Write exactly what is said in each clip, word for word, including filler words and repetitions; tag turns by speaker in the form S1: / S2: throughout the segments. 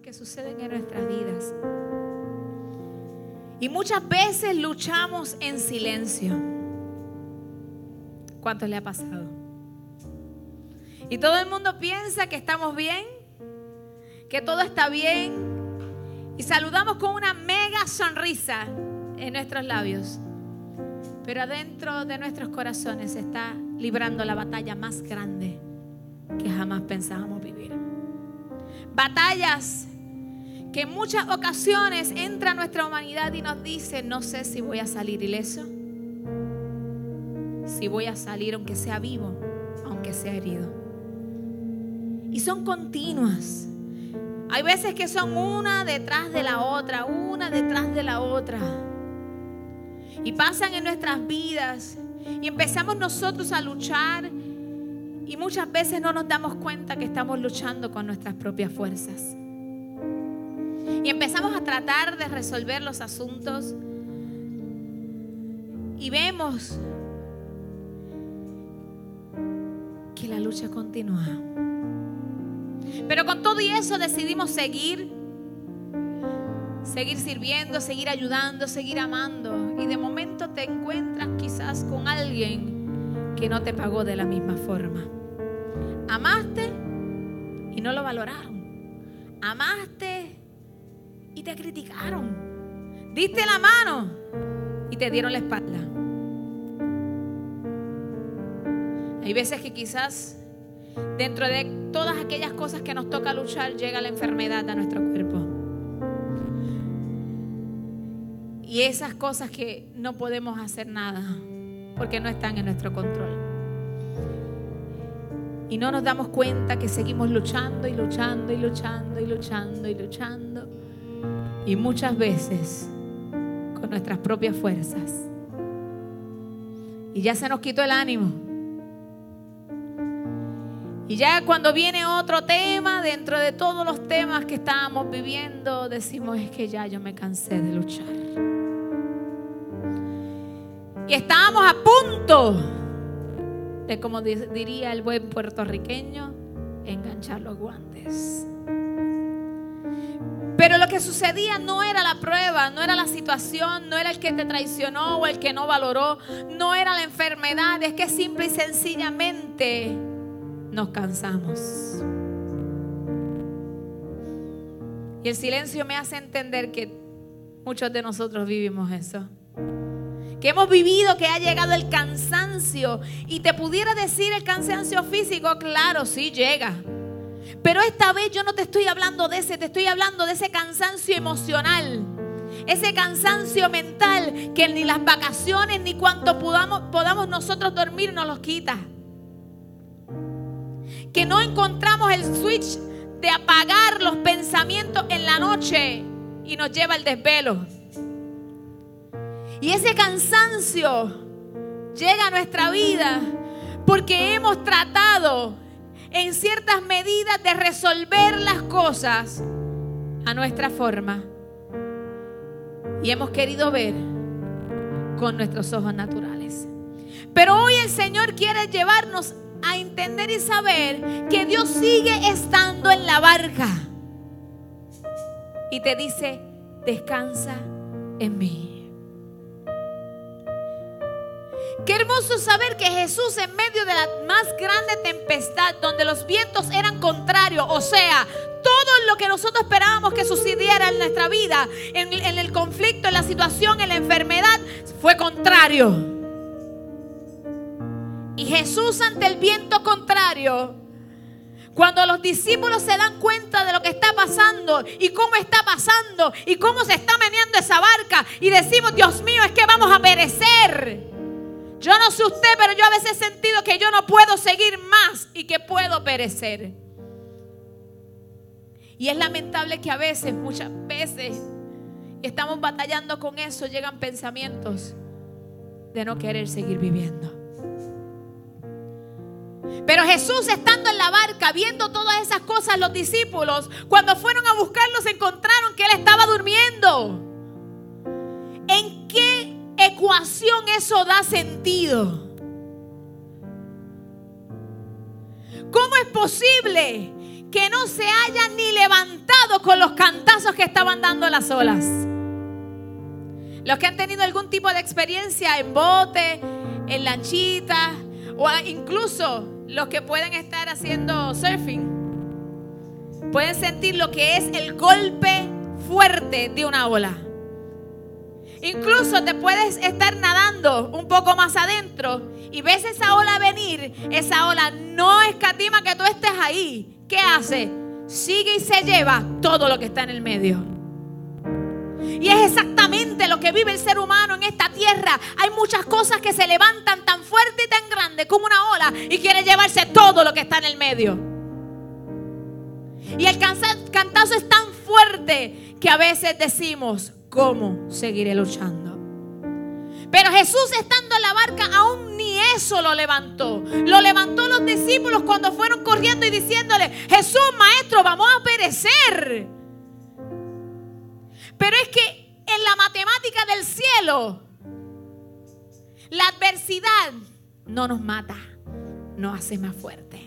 S1: que suceden en nuestras vidas. Y muchas veces luchamos en silencio. ¿Cuánto le ha pasado? Y todo el mundo piensa que estamos bien, que todo está bien, y saludamos con una mega sonrisa en nuestros labios. Pero adentro de nuestros corazones se está librando la batalla más grande que jamás pensábamos vivir. Batallas que en muchas ocasiones entra a nuestra humanidad y nos dice: no sé si voy a salir ileso, si voy a salir aunque sea vivo, aunque sea herido. Y son continuas. Hay veces que son una detrás de la otra, una detrás de la otra. Y pasan en nuestras vidas y empezamos nosotros a luchar, y muchas veces no nos damos cuenta que estamos luchando con nuestras propias fuerzas. Y empezamos a tratar de resolver los asuntos y vemos que la lucha continúa. Pero con todo y eso decidimos seguir, seguir sirviendo, seguir ayudando, seguir amando. Y de momento te encuentras quizás con alguien que no te pagó de la misma forma. Amaste y no lo valoraron. Amaste y te criticaron. Diste la mano y te dieron la espalda. Hay veces que quizás dentro de todas aquellas cosas que nos toca luchar llega la enfermedad a nuestro cuerpo. Y esas cosas que no podemos hacer nada porque no están en nuestro control. Y no nos damos cuenta que seguimos luchando y luchando y luchando y luchando y luchando. Y muchas veces con nuestras propias fuerzas. Y ya se nos quitó el ánimo. Y ya cuando viene otro tema, dentro de todos los temas que estábamos viviendo, decimos: es que ya yo me cansé de luchar. Y estábamos a punto de, como diría el buen puertorriqueño, enganchar los guantes. Pero lo que sucedía no era la prueba, no era la situación, no era el que te traicionó o el que no valoró, no era la enfermedad, es que simple y sencillamente nos cansamos. Y el silencio me hace entender que muchos de nosotros vivimos eso. Que hemos vivido, que ha llegado el cansancio. Y te pudiera decir el cansancio físico, claro, sí llega. Pero esta vez yo no te estoy hablando de ese, te estoy hablando de ese cansancio emocional. Ese cansancio mental que ni las vacaciones ni cuanto podamos, podamos nosotros dormir nos los quita. Que no encontramos el switch de apagar los pensamientos en la noche y nos lleva al desvelo. Y ese cansancio llega a nuestra vida porque hemos tratado en ciertas medidas de resolver las cosas a nuestra forma y hemos querido ver con nuestros ojos naturales. Pero hoy el Señor quiere llevarnos a entender y saber que Dios sigue estando en la barca y te dice: descansa en mí. Qué hermoso saber que Jesús, en medio de la más grande tempestad, donde los vientos eran contrarios, o sea, todo lo que nosotros esperábamos que sucediera en nuestra vida, en, en el conflicto, en la situación, en la enfermedad, fue contrario. Y Jesús, ante el viento contrario, cuando los discípulos se dan cuenta de lo que está pasando y cómo está pasando y cómo se está meneando esa barca, y decimos: Dios mío, es que vamos a perecer. Yo no sé usted, pero yo a veces he sentido que yo no puedo seguir más y que puedo perecer. Y es lamentable que a veces, muchas veces, estamos batallando con eso, llegan pensamientos de no querer seguir viviendo. Pero Jesús, estando en la barca, viendo todas esas cosas, los discípulos, cuando fueron a buscarlo, se encontraron que Él estaba durmiendo. ¿En qué ecuación eso da sentido? ¿Cómo es posible que no se haya ni levantado con los cantazos que estaban dando las olas. Los que han tenido algún tipo de experiencia en bote, en lanchita, o incluso los que pueden estar haciendo surfing, pueden sentir lo que es el golpe fuerte de una ola. Incluso te puedes estar nadando un poco más adentro y ves esa ola venir. Esa ola no escatima que tú estés ahí. ¿Qué hace? Sigue y se lleva todo lo que está en el medio. Y es exactamente lo que vive el ser humano en esta tierra. Hay muchas cosas que se levantan tan fuerte y tan grande como una ola y quiere llevarse todo lo que está en el medio. Y el cantazo es tan fuerte que a veces decimos, ¿cómo seguiré luchando? Pero Jesús, estando en la barca, aún ni eso lo levantó. Lo levantó los discípulos cuando fueron corriendo y diciéndole, Jesús, maestro, vamos a perecer. Pero es que en la matemática del cielo, la adversidad no nos mata, nos hace más fuerte.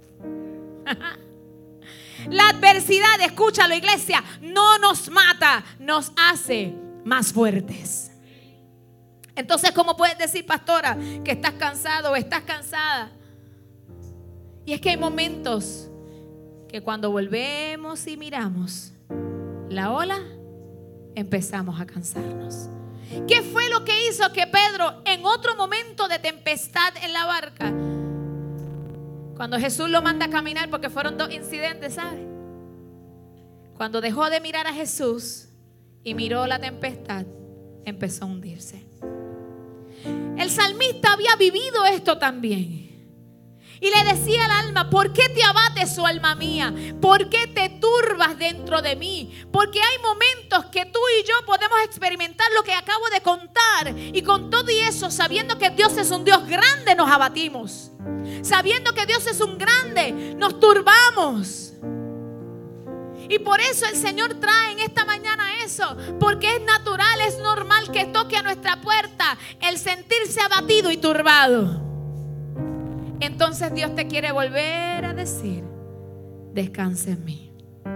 S1: La adversidad, escúchalo, iglesia, no nos mata, nos hace más fuertes. Entonces, ¿cómo puedes decir, pastora, que estás cansado o estás cansada? Y es que hay momentos que cuando volvemos y miramos la ola, empezamos a cansarnos. ¿Qué fue lo que hizo que Pedro, en otro momento de tempestad en la barca, cuando Jesús lo manda a caminar, porque fueron dos incidentes, ¿sabe? Cuando dejó de mirar a Jesús y miró la tempestad, empezó a hundirse. El salmista había vivido esto también. Y le decía al alma, ¿por qué te abates, oh alma mía? ¿Por qué te turbas dentro de mí? Porque hay momentos que tú y yo podemos experimentar lo que acabo de contar. Y con todo y eso, sabiendo que Dios es un Dios grande, nos abatimos. Sabiendo que Dios es un grande, nos turbamos. Y por eso el Señor trae en esta mañana eso. Porque es natural, es normal que toque a nuestra puerta el sentirse abatido y turbado. Entonces Dios te quiere volver a decir, descansa en mí.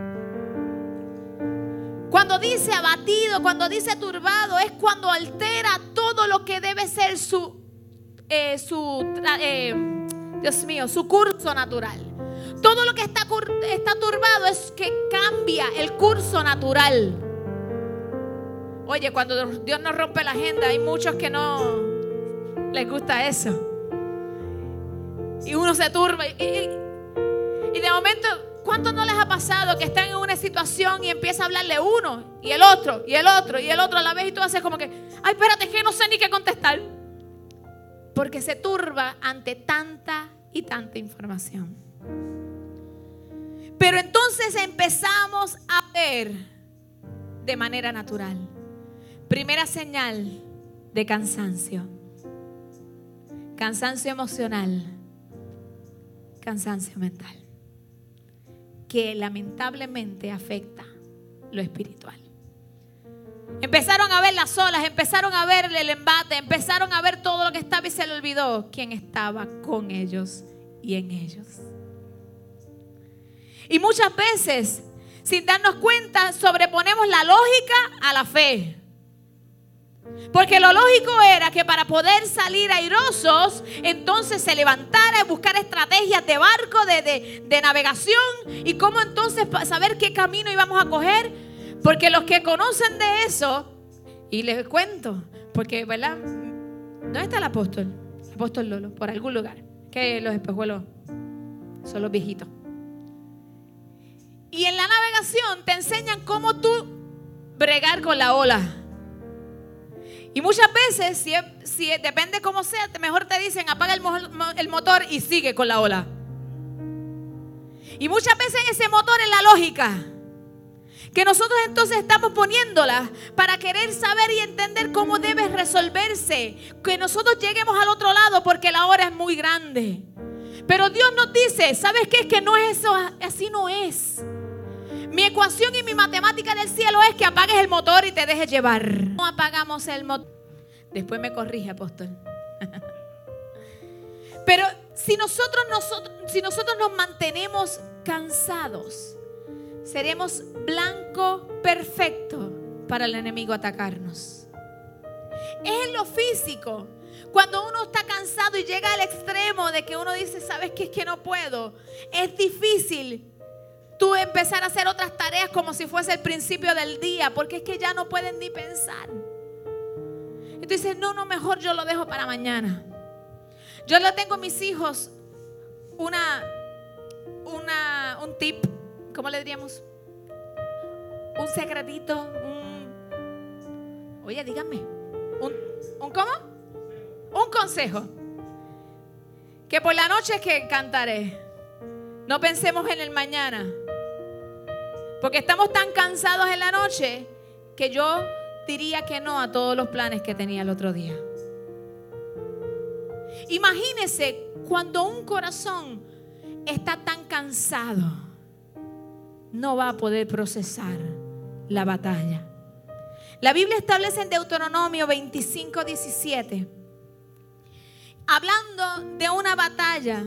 S1: Cuando dice abatido, cuando dice turbado, es cuando altera todo lo que debe ser su, eh, su eh, Dios mío, su curso natural. Todo lo que está, está turbado es que cambia el curso natural. Oye, cuando Dios nos rompe la agenda, hay muchos que no les gusta eso. Y uno se turba y, y, y de momento, ¿cuánto no les ha pasado que están en una situación y empieza a hablarle uno y el otro y el otro y el otro a la vez y tú haces como que, ay, espérate, es que no sé ni qué contestar? Porque se turba ante tanta y tanta información. Pero entonces empezamos a ver de manera natural. Primera señal de cansancio. Cansancio emocional. Cansancio mental. Que lamentablemente afecta lo espiritual. Empezaron a ver las olas, empezaron a ver el embate, empezaron a ver todo lo que estaba y se le olvidó quién estaba con ellos y en ellos. Y muchas veces, sin darnos cuenta, sobreponemos la lógica a la fe. Porque lo lógico era que para poder salir airosos, entonces se levantara a buscar estrategias de barco, de, de, de navegación. Y cómo entonces saber qué camino íbamos a coger. Porque los que conocen de eso, y les cuento, porque, ¿verdad? ¿Dónde está el apóstol? El apóstol Lolo, por algún lugar. Que los espejuelos son los viejitos. Y en la navegación te enseñan cómo tú bregar con la ola. Y muchas veces, si, si depende cómo sea, mejor te dicen apaga el, el motor y sigue con la ola. Y muchas veces ese motor es la lógica, que nosotros entonces estamos poniéndola para querer saber y entender cómo debe resolverse, que nosotros lleguemos al otro lado porque la hora es muy grande. Pero Dios nos dice, ¿sabes qué? Es que no es eso, así no es. Mi ecuación y mi matemática del cielo es que apagues el motor y te dejes llevar. No apagamos el motor. Después me corrige, apóstol. Pero si nosotros, nosotros, si nosotros nos mantenemos cansados, seremos blanco perfecto para el enemigo atacarnos. Es en lo físico. Cuando uno está cansado y llega al extremo de que uno dice, ¿sabes qué? Es que no puedo. Es difícil tú empezar a hacer otras tareas como si fuese el principio del día, porque es que ya no pueden ni pensar. Y tú dices, no, no, mejor yo lo dejo para mañana. Yo le tengo a mis hijos una, una, un tip, ¿cómo le diríamos? Un secretito, un, oye, díganme, un, un ¿cómo? Un consejo. Que por la noche es que cantaré. No pensemos en el mañana. Porque estamos tan cansados en la noche que yo diría que no a todos los planes que tenía el otro día. Imagínese cuando un corazón está tan cansado, no va a poder procesar la batalla. La Biblia establece en Deuteronomio veinticinco diecisiete, hablando de una batalla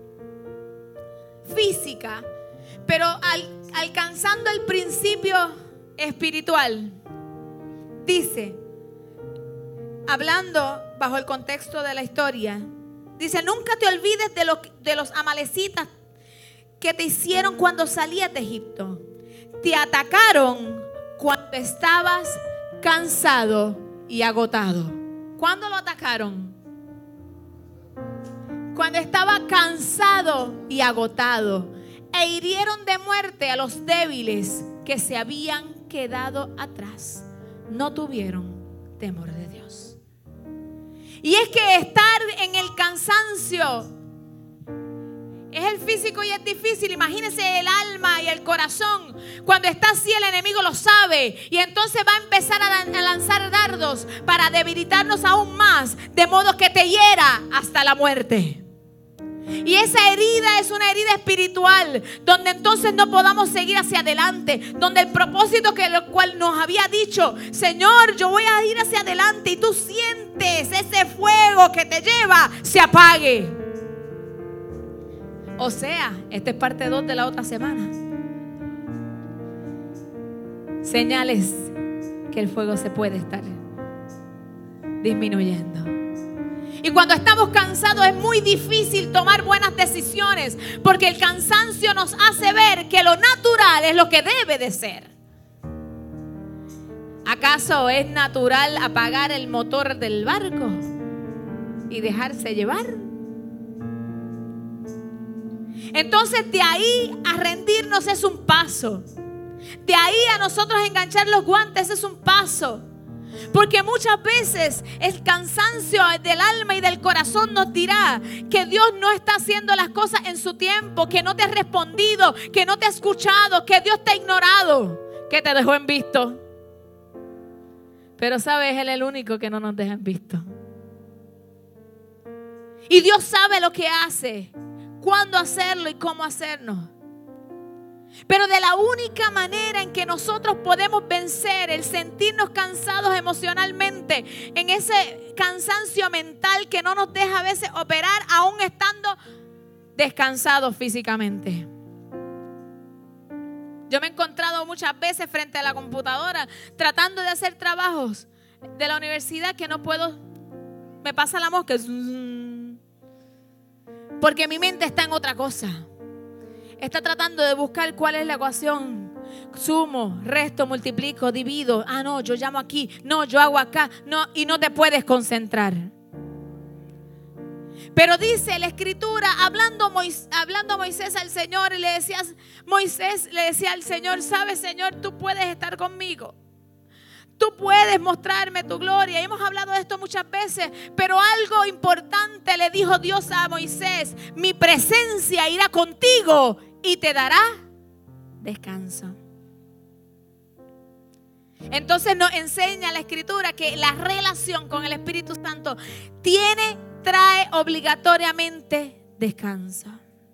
S1: física, pero al, alcanzando el principio espiritual. Dice, hablando bajo el contexto de la historia, dice, nunca te olvides de, lo, de los amalecitas que te hicieron cuando salías de Egipto. Te atacaron cuando estabas cansado y agotado. ¿Cuándo lo atacaron? Cuando estaba cansado y agotado. E hirieron de muerte a los débiles que se habían quedado atrás. No tuvieron temor de Dios. Y es que estar en el cansancio es el físico y es difícil. Imagínese el alma y el corazón. Cuando está así, el enemigo lo sabe. Y entonces va a empezar a lanzar dardos para debilitarnos aún más, de modo que te hiera hasta la muerte. Y esa herida es una herida espiritual, donde entonces no podamos seguir hacia adelante, donde el propósito que el cual nos había dicho, Señor, yo voy a ir hacia adelante, y tú sientes ese fuego que te lleva, se apague. O sea, esta es parte dos de la otra semana. Señales que el fuego se puede estar disminuyendo. Y cuando estamos cansados es muy difícil tomar buenas decisiones, porque el cansancio nos hace ver que lo natural es lo que debe de ser. ¿Acaso es natural apagar el motor del barco y dejarse llevar? Entonces de ahí a rendirnos es un paso. De ahí a nosotros enganchar los guantes es un paso. Porque muchas veces el cansancio del alma y del corazón nos dirá que Dios no está haciendo las cosas en su tiempo, que no te ha respondido, que no te ha escuchado, que Dios te ha ignorado, que te dejó en visto. Pero sabes, Él es el único que no nos deja en visto. Y Dios sabe lo que hace, cuándo hacerlo y cómo hacerlo. Pero de la única manera en que nosotros podemos vencer el sentirnos cansados emocionalmente, en ese cansancio mental que no nos deja a veces operar aún estando descansados físicamente. Yo me he encontrado muchas veces frente a la computadora tratando de hacer trabajos de la universidad que no puedo, me pasa la mosca, porque mi mente está en otra cosa. Está tratando de buscar cuál es la ecuación. Sumo, resto, multiplico, divido. Ah, no, yo llamo aquí. No, yo hago acá. No, y no te puedes concentrar. Pero dice la Escritura, hablando Moisés, hablando Moisés al Señor, y le decía, Moisés le decía al Señor, ¿sabes, Señor? Tú puedes estar conmigo. Tú puedes mostrarme tu gloria. Y hemos hablado de esto muchas veces, pero algo importante le dijo Dios a Moisés: mi presencia irá contigo y te dará descanso. Entonces nos enseña la Escritura que la relación con el Espíritu Santo tiene, trae obligatoriamente descanso.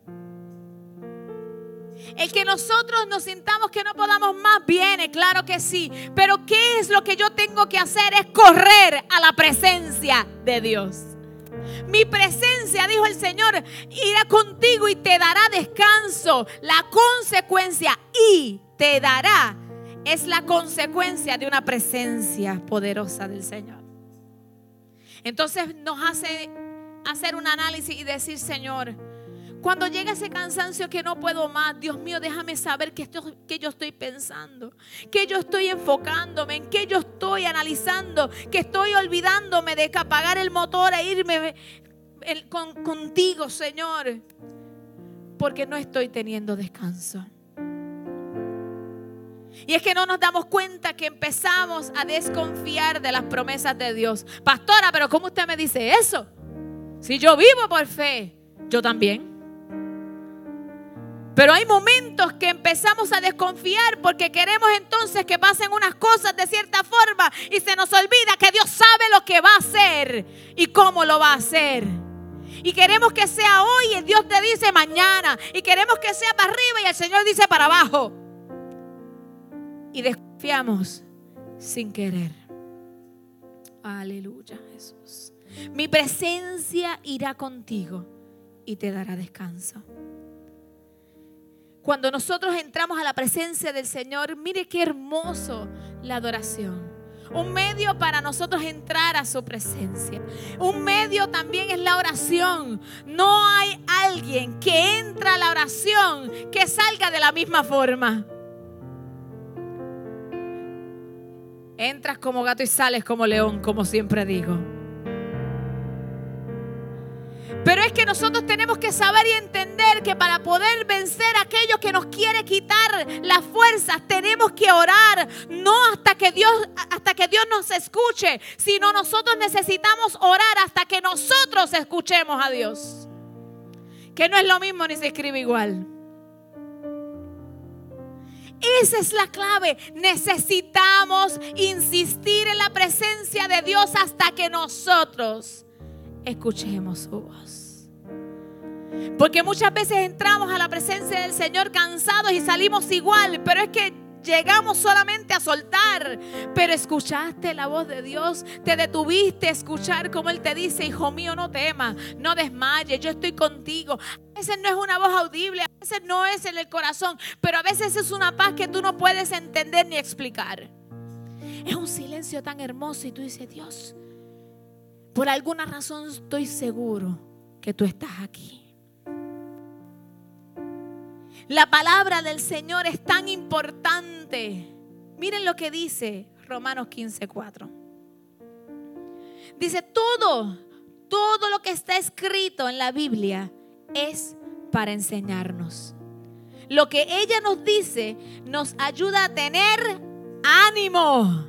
S1: El que nosotros nos sintamos que no podamos más, viene, claro que sí. Pero ¿qué es lo que yo tengo que hacer? Es correr a la presencia de Dios. Mi presencia, dijo el Señor, irá contigo y te dará descanso. La consecuencia, y te dará, es la consecuencia de una presencia poderosa del Señor. Entonces nos hace hacer un análisis y decir: Señor, cuando llega ese cansancio que no puedo más, Dios mío, déjame saber qué, estoy, qué yo estoy pensando, qué yo estoy enfocándome, en qué yo estoy analizando, que estoy olvidándome de apagar el motor e irme el, con, contigo, Señor, porque no estoy teniendo descanso. Y es que no nos damos cuenta que empezamos a desconfiar de las promesas de Dios. Pastora, pero ¿cómo usted me dice eso? Si yo vivo por fe, yo también. Pero hay momentos que empezamos a desconfiar porque queremos entonces que pasen unas cosas de cierta forma y se nos olvida que Dios sabe lo que va a hacer y cómo lo va a hacer. Y queremos que sea hoy y Dios te dice mañana. Y queremos que sea para arriba y el Señor dice para abajo. Y desconfiamos sin querer. Aleluya, Jesús. Mi presencia irá contigo y te dará descanso. Cuando nosotros entramos a la presencia del Señor, mire qué hermoso la adoración. Un medio para nosotros entrar a su presencia. Un medio también es la oración. No hay alguien que entra a la oración que salga de la misma forma. Entras como gato y sales como león, como siempre digo. Pero es que nosotros tenemos que saber y entender que para poder vencer a aquello que nos quiere quitar las fuerzas, tenemos que orar, no hasta que Dios, hasta que Dios nos escuche, sino nosotros necesitamos orar hasta que nosotros escuchemos a Dios. Que no es lo mismo ni se escribe igual. Esa es la clave. Necesitamos insistir en la presencia de Dios hasta que nosotros escuchemos su voz. Porque muchas veces entramos a la presencia del Señor cansados y salimos igual, pero es que llegamos solamente a soltar. Pero escuchaste la voz de Dios, te detuviste a escuchar como Él te dice: hijo mío, no temas, no desmayes, yo estoy contigo. A veces no es una voz audible, a veces no es en el corazón, pero a veces es una paz que tú no puedes entender ni explicar. Es un silencio tan hermoso y tú dices: Dios, por alguna razón estoy seguro que tú estás aquí. La palabra del Señor es tan importante. Miren lo que dice Romanos quince cuatro. Dice: todo, todo lo que está escrito en la Biblia es para enseñarnos. Lo que ella nos dice nos ayuda a tener ánimo.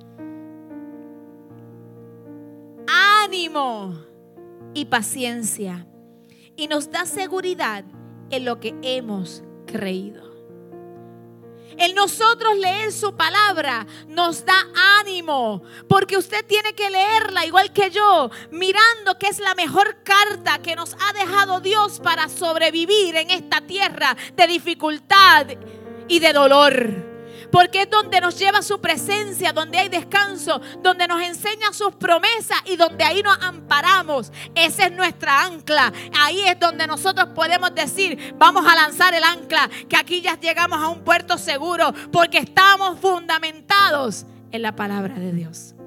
S1: Ánimo y paciencia. Y nos da seguridad en lo que hemos creído. El nosotros leer su palabra nos da ánimo, porque usted tiene que leerla igual que yo, mirando que es la mejor carta que nos ha dejado Dios para sobrevivir en esta tierra de dificultad y de dolor. Porque es donde nos lleva su presencia, donde hay descanso, donde nos enseña sus promesas y donde ahí nos amparamos. Esa es nuestra ancla. Ahí es donde nosotros podemos decir: vamos a lanzar el ancla, que aquí ya llegamos a un puerto seguro, porque estamos fundamentados en la palabra de Dios.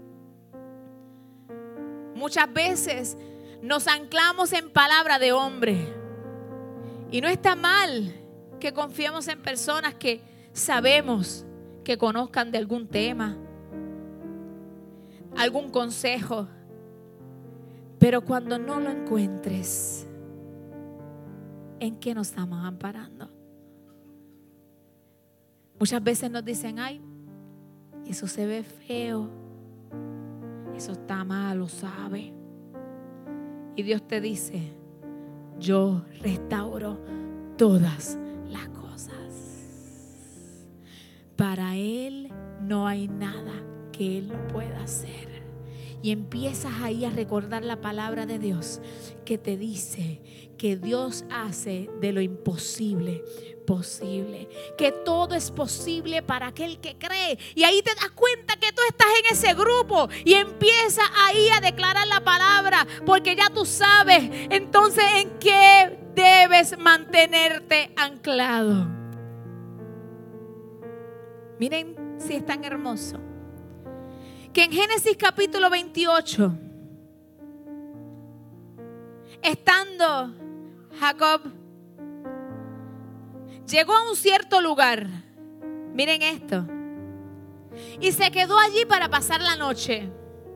S1: Muchas veces nos anclamos en palabra de hombre. Y no está mal que confiemos en personas que sabemos que conozcan de algún tema, algún consejo. Pero cuando no lo encuentres, ¿en qué nos estamos amparando? Muchas veces nos dicen: ay, eso se ve feo, eso está malo, ¿sabe? Y Dios te dice: yo restauro todas las cosas. Para Él no hay nada que Él no pueda hacer. Y empiezas ahí a recordar la palabra de Dios que te dice que Dios hace de lo imposible posible, que todo es posible para aquel que cree. Y ahí te das cuenta que tú estás en ese grupo y empiezas ahí a declarar la palabra, porque ya tú sabes entonces en qué debes mantenerte anclado. Miren si es tan hermoso que en Génesis capítulo veintiocho, estando Jacob, llegó a un cierto lugar. Miren esto. Y se quedó allí para pasar la noche.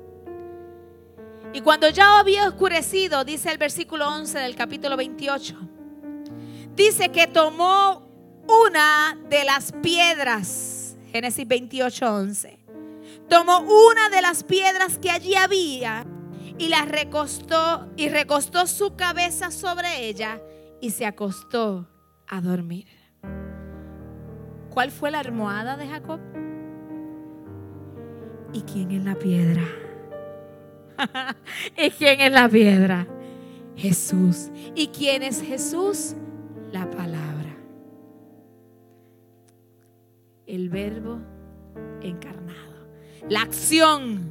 S1: Y cuando ya había oscurecido, dice el versículo once del capítulo veintiocho, dice que tomó una de las piedras. Génesis veintiocho, once. Tomó una de las piedras que allí había y la recostó y recostó su cabeza sobre ella y se acostó a dormir. ¿Cuál fue la almohada de Jacob? ¿Y quién es la piedra? ¿Y quién es la piedra? Jesús. ¿Y quién es Jesús? La palabra. El verbo encarnado. La acción.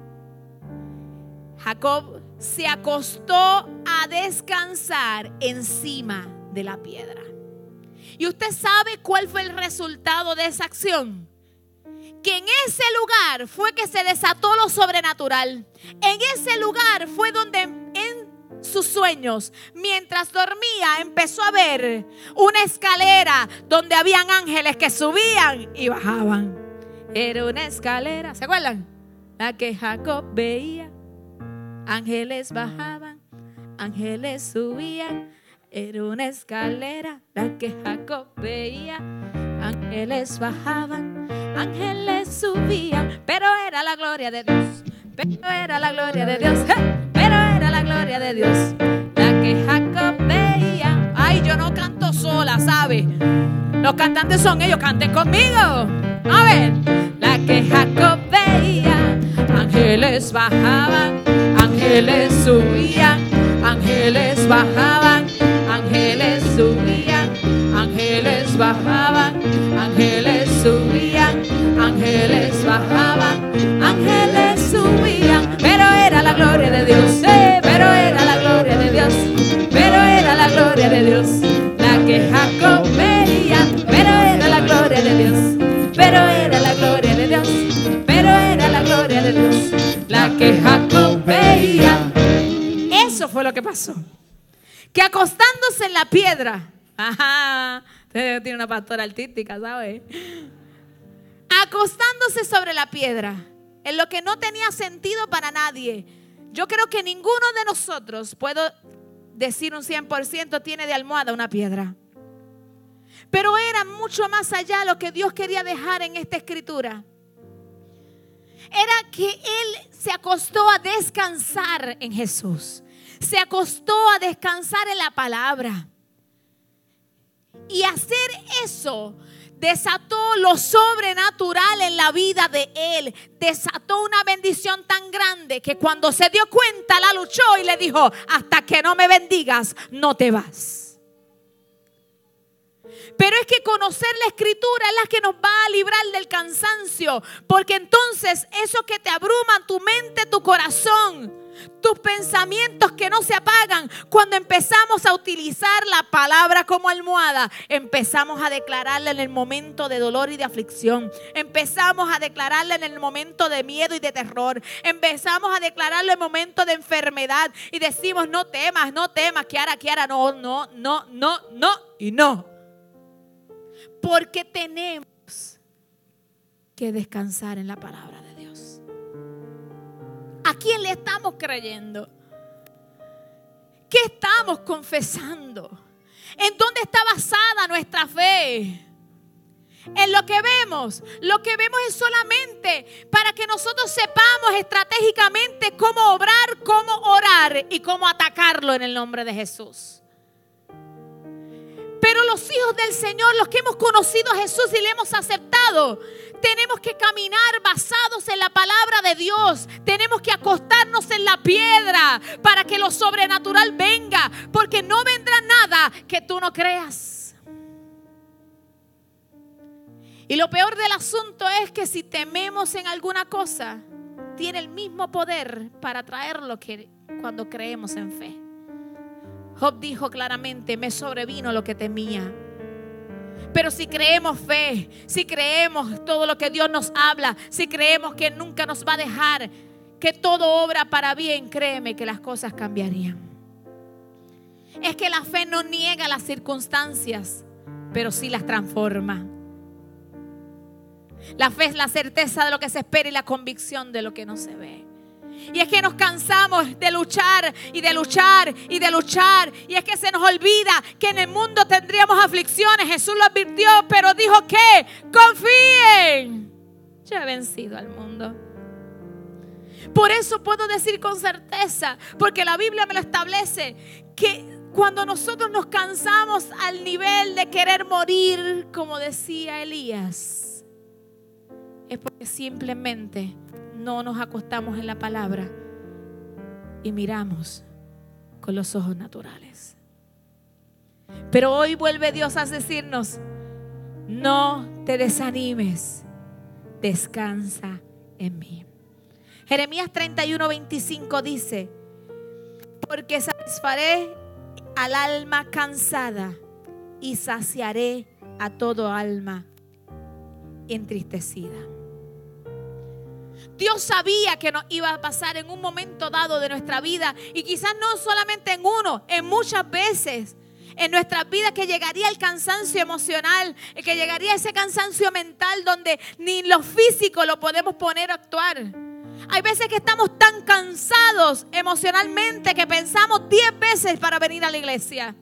S1: Jacob se acostó a descansar encima de la piedra. ¿Y usted sabe cuál fue el resultado de esa acción? Que en ese lugar fue que se desató lo sobrenatural. En ese lugar fue donde en sus sueños, mientras dormía, empezó a ver una escalera donde habían ángeles que subían y bajaban. Era una escalera, ¿se acuerdan? La que Jacob veía. Ángeles bajaban, ángeles subían. Era una escalera la que Jacob veía. Ángeles bajaban, ángeles subían. Pero era la gloria de Dios. Pero era la gloria de Dios. ¡Eh! Pero era la gloria de Dios la que Jacob veía. Ay, yo no canto sola, ¿sabe? Los cantantes son ellos, canten conmigo. A ver. La que Jacob veía. Ángeles bajaban, ángeles subían. Ángeles bajaban, ángeles subían. Ángeles bajaban, ángeles subían. Ángeles bajaban, ángeles subían. Pero era la gloria de Dios, eh, pero era la gloria de Dios. Pero era la gloria de Dios la que Jacob veía. Pero era la gloria de Dios. Pero era la gloria de Dios. Pero era la gloria de Dios la que Jacob veía. Eso fue lo que pasó. Que acostándose en la piedra. Ajá, usted tiene una pastora artística, ¿sabe? Acostándose sobre la piedra, en lo que no tenía sentido para nadie. Yo creo que ninguno de nosotros, puedo decir un cien por ciento, tiene de almohada una piedra. Pero era mucho más allá lo que Dios quería dejar en esta escritura. Era que Él se acostó a descansar en Jesús. Se acostó a descansar en la palabra. Y hacer eso desató lo sobrenatural en la vida de él. Desató una bendición tan grande que cuando se dio cuenta la luchó y le dijo: hasta que no me bendigas, no te vas. Pero es que conocer la escritura es la que nos va a librar del cansancio. Porque entonces eso que te abruma, tu mente, tu corazón, tus pensamientos que no se apagan, cuando empezamos a utilizar la palabra como almohada, empezamos a declararla en el momento de dolor y de aflicción. Empezamos a declararla en el momento de miedo y de terror. Empezamos a declararla en el momento de enfermedad y decimos: no temas, no temas, Kiara, Kiara, no, no, no, no, no y no. Porque tenemos que descansar en la palabra de Dios. ¿A quién le estamos creyendo? ¿Qué estamos confesando? ¿En dónde está basada nuestra fe? En lo que vemos. Lo que vemos es solamente para que nosotros sepamos estratégicamente cómo obrar, cómo orar y cómo atacarlo en el nombre de Jesús. Pero los hijos del Señor, los que hemos conocido a Jesús y le hemos aceptado, tenemos que caminar basados en la palabra de Dios. Tenemos que acostarnos en la piedra para que lo sobrenatural venga. Porque no vendrá nada que tú no creas. Y lo peor del asunto es que si tememos en alguna cosa, tiene el mismo poder para traerlo que cuando creemos en fe. Job dijo claramente: me sobrevino lo que temía. Pero si creemos fe, si creemos todo lo que Dios nos habla, si creemos que nunca nos va a dejar, que todo obra para bien, créeme que las cosas cambiarían. Es que la fe no niega las circunstancias, pero sí las transforma. La fe es la certeza de lo que se espera y la convicción de lo que no se ve. Y es que nos cansamos de luchar y de luchar y de luchar. Y es que se nos olvida que en el mundo tendríamos aflicciones. Jesús lo advirtió, pero dijo que confíen. Yo he vencido al mundo. Por eso puedo decir con certeza, porque la Biblia me lo establece, que cuando nosotros nos cansamos al nivel de querer morir, como decía Elías, es porque simplemente no nos acostamos en la palabra y miramos con los ojos naturales. Pero hoy vuelve Dios a decirnos: no te desanimes, descansa en mí. Jeremías treinta y uno, veinticinco dice: porque satisfaré al alma cansada y saciaré a todo alma entristecida. Dios sabía que nos iba a pasar en un momento dado de nuestra vida, y quizás no solamente en uno, en muchas veces en nuestra vida, que llegaría el cansancio emocional, que llegaría ese cansancio mental donde ni lo físico lo podemos poner a actuar. Hay veces que estamos tan cansados emocionalmente que pensamos diez veces para venir a la iglesia.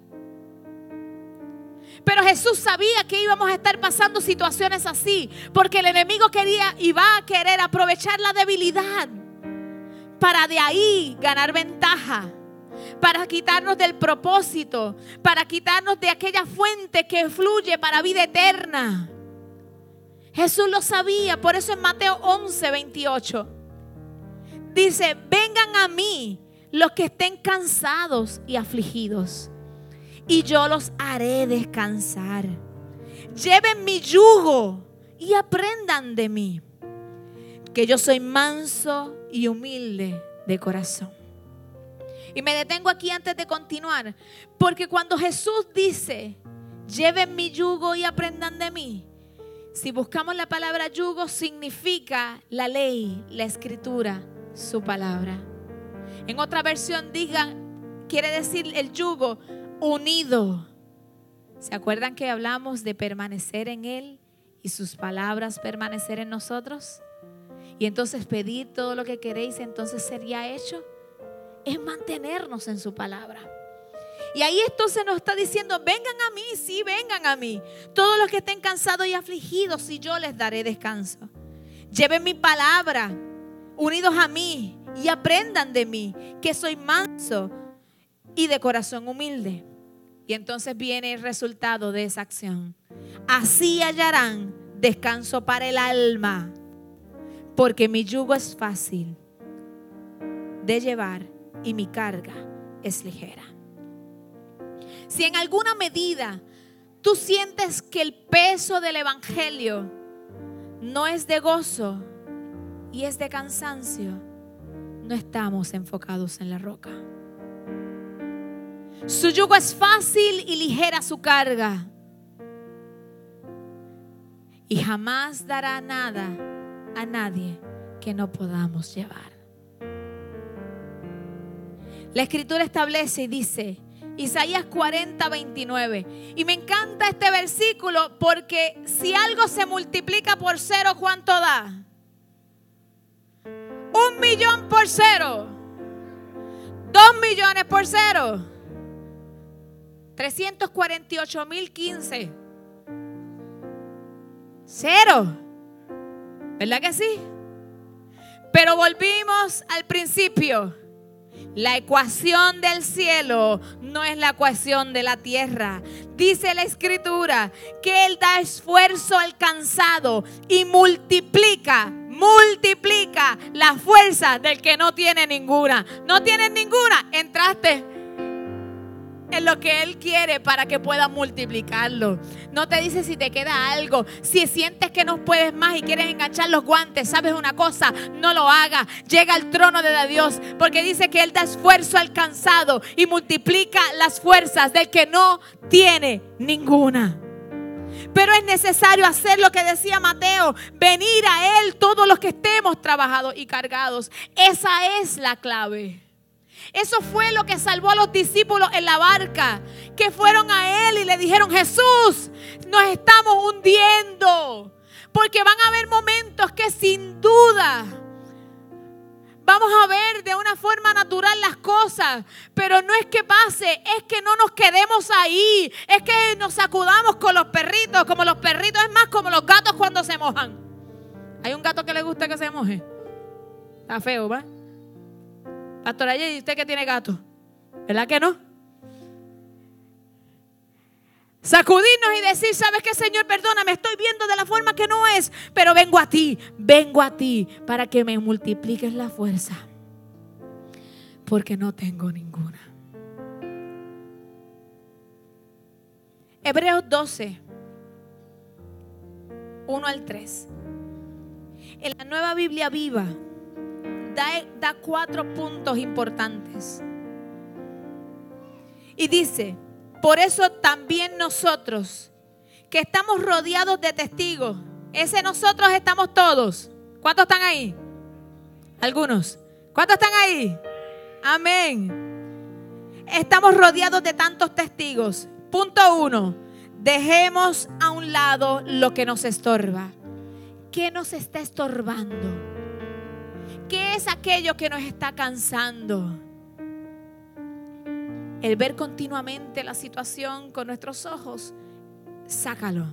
S1: Pero Jesús sabía que íbamos a estar pasando situaciones así, porque el enemigo quería y va a querer aprovechar la debilidad para de ahí ganar ventaja, para quitarnos del propósito, para quitarnos de aquella fuente que fluye para vida eterna. Jesús lo sabía. Por eso en Mateo once, veintiocho dice: vengan a mí los que estén cansados y afligidos, y yo los haré descansar. Lleven mi yugo y aprendan de mí, que yo soy manso y humilde de corazón. Y me detengo aquí antes de continuar, porque cuando Jesús dice: lleven mi yugo y aprendan de mí, si buscamos la palabra yugo, significa la ley, la escritura, su palabra. En otra versión diga, quiere decir el yugo unido. ¿Se acuerdan que hablamos de permanecer en Él y sus palabras permanecer en nosotros? Y entonces pedir todo lo que queréis, entonces sería hecho. Es mantenernos en su palabra. Y ahí entonces nos está diciendo: vengan a mí, sí, vengan a mí, todos los que estén cansados y afligidos, y yo les daré descanso. Lleven mi palabra unidos a mí y aprendan de mí, que soy manso y de corazón humilde. Y entonces viene el resultado de esa acción: así hallarán descanso para el alma, porque mi yugo es fácil de llevar y mi carga es ligera. Si en alguna medida tú sientes que el peso del evangelio no es de gozo y es de cansancio, no estamos enfocados en la roca. Su yugo es fácil y ligera su carga, y jamás dará nada a nadie que no podamos llevar. La escritura establece y dice, Isaías cuarenta, veintinueve, y me encanta este versículo, porque si algo se multiplica por cero, ¿cuánto da? Un millón por cero, dos millones por cero, trescientos cuarenta y ocho mil quince, cero, ¿verdad que sí? Pero volvimos al principio. La ecuación del cielo no es la ecuación de la tierra. Dice la escritura que Él da esfuerzo al cansado y multiplica, multiplica la fuerza del que no tiene ninguna. No tienes ninguna, entraste en lo que Él quiere para que puedas multiplicarlo. No te dice si te queda algo. Si sientes que no puedes más y quieres enganchar los guantes, ¿sabes una cosa? No lo hagas. Llega al trono de Dios, porque dice que Él da esfuerzo al cansado y multiplica las fuerzas del que no tiene ninguna. Pero es necesario hacer lo que decía Mateo, venir a Él todos los que estemos trabajados y cargados. Esa es la clave. Eso fue lo que salvó a los discípulos en la barca, que fueron a Él y le dijeron: Jesús, nos estamos hundiendo. Porque van a haber momentos que sin duda vamos a ver de una forma natural las cosas, pero no es que pase, es que no nos quedemos ahí, es que nos sacudamos con los perritos, como los perritos, es más como los gatos cuando se mojan. ¿Hay un gato que le gusta que se moje? Está feo, ¿va? Pastor Ayer, ¿y usted que tiene gato? ¿Verdad que no? Sacudirnos y decir: ¿sabes qué, Señor? Perdóname, estoy viendo de la forma que no es, pero vengo a ti, vengo a ti para que me multipliques la fuerza, porque no tengo ninguna. Hebreos doce, uno al tres. En la Nueva Biblia Viva da, da cuatro puntos importantes. Y dice: por eso también nosotros, que estamos rodeados de testigos. Ese nosotros estamos todos. ¿Cuántos están ahí? Algunos. ¿Cuántos están ahí? Amén. Estamos rodeados de tantos testigos. Punto uno. Dejemos a un lado lo que nos estorba. ¿Qué nos está estorbando? ¿Qué es aquello que nos está cansando? El ver continuamente la situación con nuestros ojos, sácalo.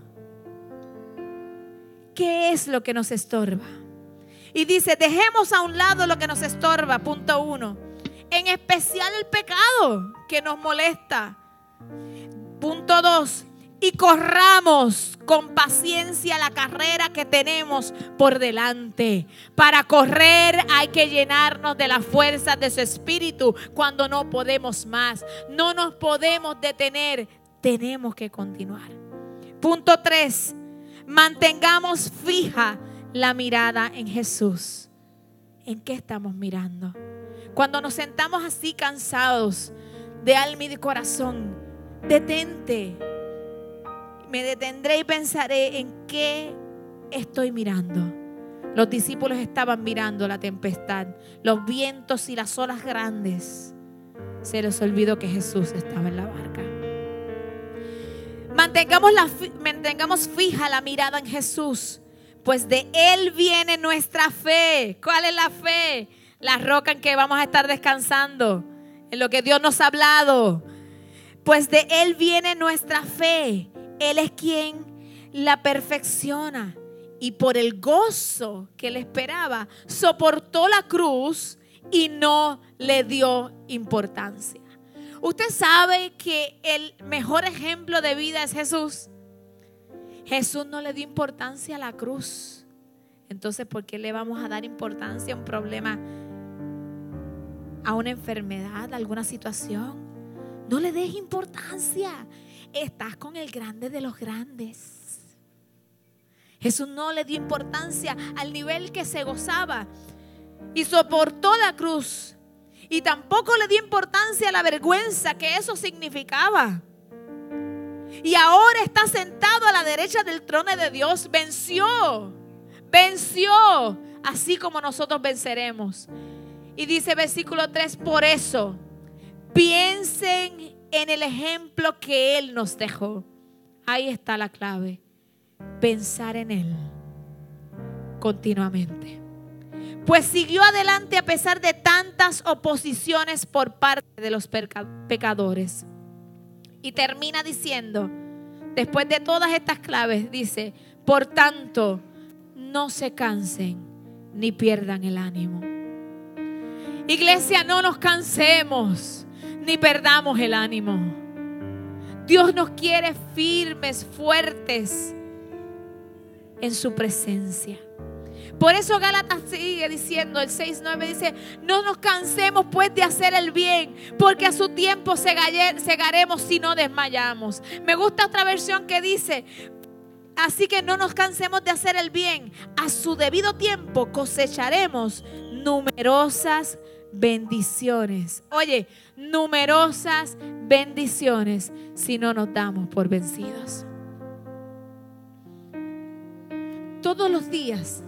S1: ¿Qué es lo que nos estorba? Y dice: dejemos a un lado lo que nos estorba, punto uno. En especial el pecado que nos molesta. Punto dos. Y corramos con paciencia la carrera que tenemos por delante. Para correr hay que llenarnos de las fuerzas de su espíritu cuando no podemos más. No nos podemos detener, tenemos que continuar. Punto tres. Mantengamos fija la mirada en Jesús. ¿En qué estamos mirando? Cuando nos sentamos así cansados de alma y de corazón, detente. Me detendré y pensaré en qué estoy mirando. Los discípulos estaban mirando la tempestad, los vientos y las olas grandes. Se les olvidó que Jesús estaba en la barca. Mantengamos, la, mantengamos fija la mirada en Jesús, pues de Él viene nuestra fe. ¿Cuál es la fe? La roca en que vamos a estar descansando, en lo que Dios nos ha hablado. Pues de Él viene nuestra fe. Él es quien la perfecciona, y por el gozo que le esperaba soportó la cruz y no le dio importancia. Usted sabe que el mejor ejemplo de vida es Jesús. Jesús no le dio importancia a la cruz. Entonces, ¿por qué le vamos a dar importancia a un problema, a una enfermedad, a alguna situación? No le des importancia. Estás con el grande de los grandes. Jesús no le dio importancia al nivel que se gozaba y soportó la cruz, y tampoco le dio importancia a la vergüenza que eso significaba. Y ahora está sentado a la derecha del trono de Dios. Venció, venció, así como nosotros venceremos. Y dice versículo tres: por eso piensen en el ejemplo que Él nos dejó. Ahí está la clave. Pensar en Él continuamente. Pues siguió adelante a pesar de tantas oposiciones por parte de los pecadores. Y termina diciendo, después de todas estas claves, dice: por tanto, no se cansen ni pierdan el ánimo. Iglesia, no nos cansemos ni perdamos el ánimo. Dios nos quiere firmes, fuertes en su presencia. Por eso Gálatas sigue diciendo, el seis nueve dice, no nos cansemos pues de hacer el bien, porque a su tiempo segaremos si no desmayamos. Me gusta otra versión que dice, así que no nos cansemos de hacer el bien, a su debido tiempo cosecharemos numerosas bendiciones. Oye, numerosas bendiciones si no nos damos por vencidos. Todos los días,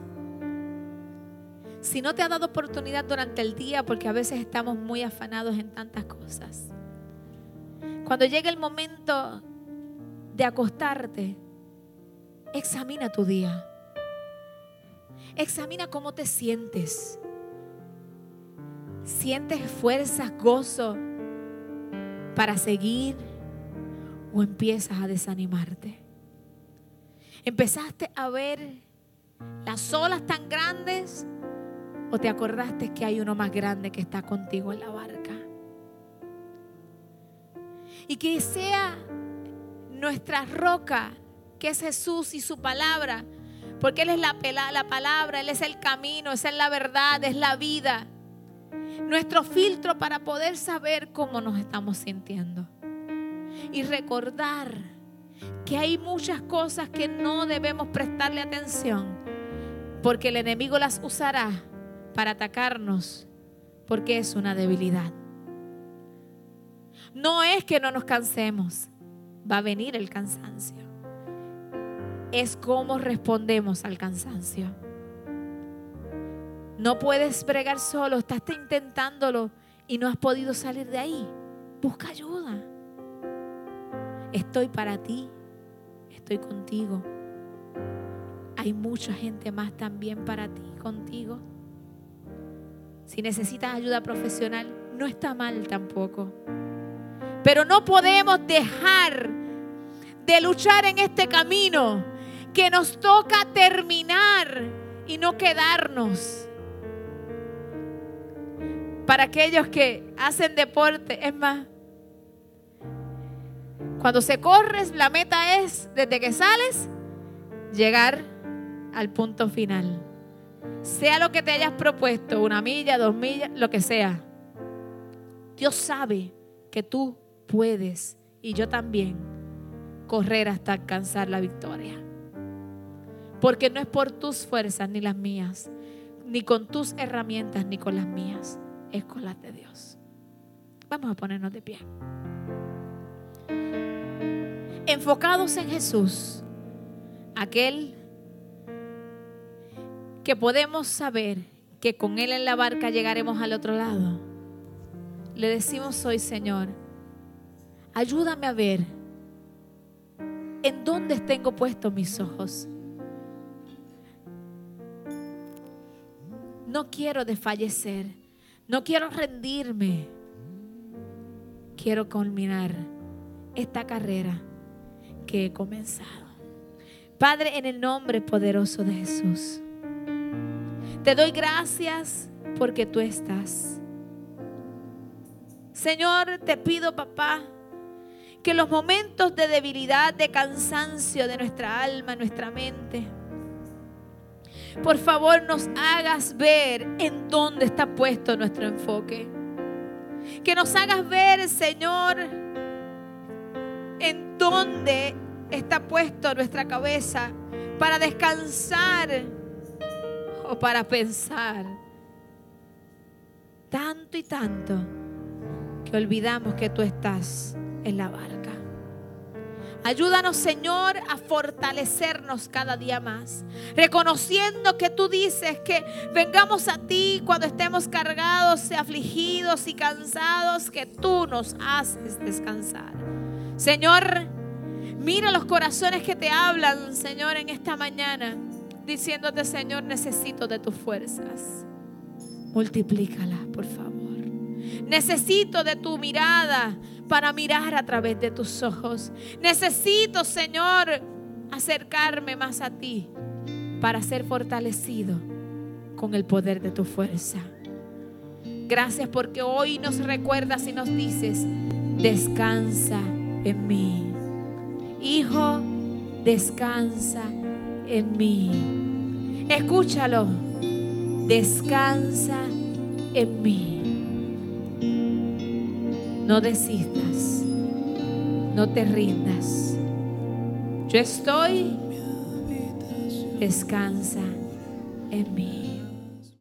S1: si no te ha dado oportunidad durante el día, porque a veces estamos muy afanados en tantas cosas, cuando llegue el momento de acostarte, examina tu día. Examina cómo te sientes. ¿Sientes fuerzas, gozo para seguir o empiezas a desanimarte? ¿Empezaste a ver las olas tan grandes o te acordaste que hay uno más grande que está contigo en la barca? Y que sea nuestra roca, que es Jesús y su palabra, porque Él es la, la palabra, Él es el camino, esa es la verdad, es la vida. Nuestro filtro para poder saber cómo nos estamos sintiendo. Y recordar que hay muchas cosas que no debemos prestarle atención, porque el enemigo las usará para atacarnos, porque es una debilidad. No es que no nos cansemos, va a venir el cansancio. Es cómo respondemos al cansancio. No puedes bregar solo, estás intentándolo y no has podido salir de ahí. Busca ayuda. Estoy para ti, estoy contigo. Hay mucha gente más también para ti, contigo. Si necesitas ayuda profesional, no está mal tampoco. Pero no podemos dejar de luchar en este camino que nos toca terminar y no quedarnos. Para aquellos que hacen deporte, es más, cuando se corre, la meta es, desde que sales, llegar al punto final. Sea lo que te hayas propuesto, una milla, dos millas, lo que sea. Dios sabe que tú puedes, y yo también, correr hasta alcanzar la victoria. Porque no es por tus fuerzas ni las mías, ni con tus herramientas ni con las mías, es con las de Dios. Vamos a ponernos de pie. Enfocados en Jesús, aquel que podemos saber que con Él en la barca llegaremos al otro lado. Le decimos hoy, Señor, ayúdame a ver en dónde tengo puestos mis ojos. No quiero desfallecer, no quiero rendirme. Quiero culminar esta carrera que he comenzado. Padre, en el nombre poderoso de Jesús, te doy gracias porque tú estás. Señor, te pido, papá, que los momentos de debilidad, de cansancio de nuestra alma, nuestra mente, por favor nos hagas ver en dónde está puesto nuestro enfoque. Que nos hagas ver, Señor, en dónde está puesto nuestra cabeza para descansar o para pensar. Tanto y tanto que olvidamos que tú estás en la barca. Ayúdanos, Señor, a fortalecernos cada día más, reconociendo que tú dices que vengamos a ti cuando estemos cargados, afligidos y cansados, que tú nos haces descansar. Señor, mira los corazones que te hablan, Señor, en esta mañana, diciéndote, Señor, necesito de tus fuerzas. Multiplícalas, por favor. Necesito de tu mirada para mirar a través de tus ojos. Necesito, Señor, acercarme más a ti para ser fortalecido con el poder de tu fuerza. Gracias porque hoy nos recuerdas y nos dices, descansa en mí. Hijo, descansa en mí. Escúchalo. Descansa en mí. No desistas. No te rindas. Yo estoy. Descansa en mí.